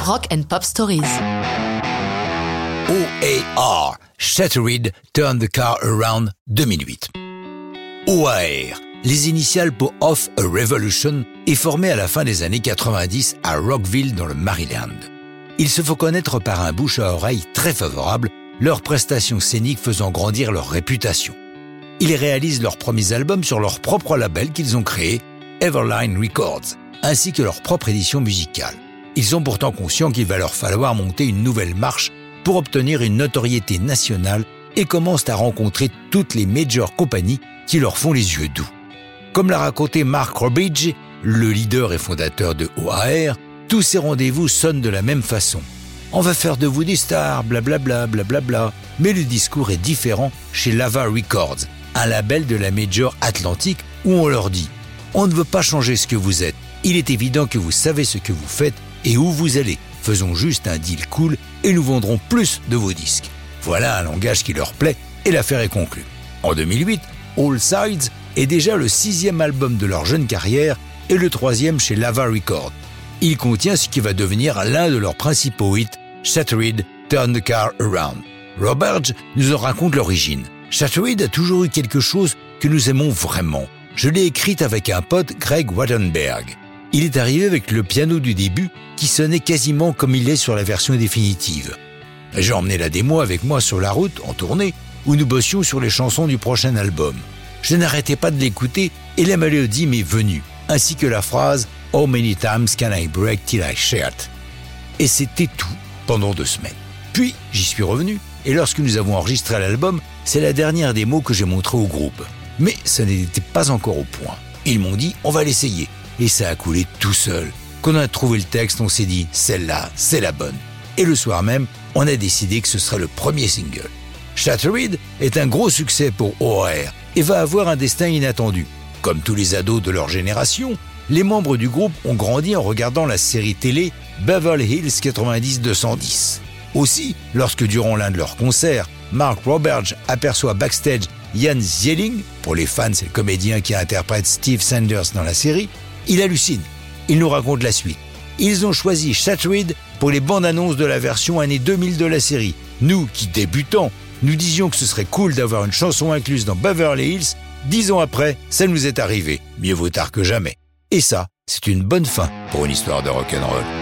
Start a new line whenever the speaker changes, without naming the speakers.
Rock and Pop Stories.
OAR, Shattered, Turn the Car Around, 2008. OAR, les initiales pour Off a Revolution, est formé à la fin des années 90 à Rockville dans le Maryland. Ils se font connaître par un bouche à oreille très favorable, leurs prestations scéniques faisant grandir leur réputation. Ils réalisent leurs premiers albums sur leur propre label qu'ils ont créé, Everline Records, ainsi que leur propre édition musicale. Ils sont pourtant conscients qu'il va leur falloir monter une nouvelle marche pour obtenir une notoriété nationale et commencent à rencontrer toutes les major compagnies qui leur font les yeux doux. Comme l'a raconté Mark Robbage, le leader et fondateur de OAR, tous ces rendez-vous sonnent de la même façon. On va faire de vous des stars, blablabla, blablabla. Mais le discours est différent chez Lava Records, un label de la major Atlantique où on leur dit « On ne veut pas changer ce que vous êtes. Il est évident que vous savez ce que vous faites et où vous allez. Faisons juste un deal cool et nous vendrons plus de vos disques. » Voilà un langage qui leur plaît et l'affaire est conclue. En 2008, All Sides est déjà le 6e album de leur jeune carrière et le 3e chez Lava Records. Il contient ce qui va devenir l'un de leurs principaux hits, Shattered, Turn the Car Around. Roberge nous en raconte l'origine. Shattered a toujours eu quelque chose que nous aimons vraiment. Je l'ai écrite avec un pote, Greg Wattenberg. Il est arrivé avec le piano du début qui sonnait quasiment comme il est sur la version définitive. J'ai emmené la démo avec moi sur la route, en tournée, où nous bossions sur les chansons du prochain album. Je n'arrêtais pas de l'écouter et la mélodie m'est venue, ainsi que la phrase « How many times can I break till I share it ?» Et c'était tout pendant 2 semaines. Puis, j'y suis revenu, et lorsque nous avons enregistré l'album, c'est la dernière démo que j'ai montrée au groupe. Mais ça n'était pas encore au point. Ils m'ont dit « On va l'essayer ». Et ça a coulé tout seul. Quand on a trouvé le texte, on s'est dit « Celle-là, c'est la bonne ». Et le soir même, on a décidé que ce serait le premier single. Shattered est un gros succès pour OAR et va avoir un destin inattendu. Comme tous les ados de leur génération, les membres du groupe ont grandi en regardant la série télé Beverly Hills 90-210. Aussi, lorsque durant l'un de leurs concerts, Mark Roberge aperçoit backstage Ian Ziering, pour les fans c'est le comédien qui interprète Steve Sanders dans la série, il hallucine. Il nous raconte la suite. Ils ont choisi Shattered pour les bandes annonces de la version année 2000 de la série. Nous, qui débutants, nous disions que ce serait cool d'avoir une chanson incluse dans Beverly Hills. 10 ans après, ça nous est arrivé. Mieux vaut tard que jamais. Et ça, c'est une bonne fin pour une histoire de rock'n'roll.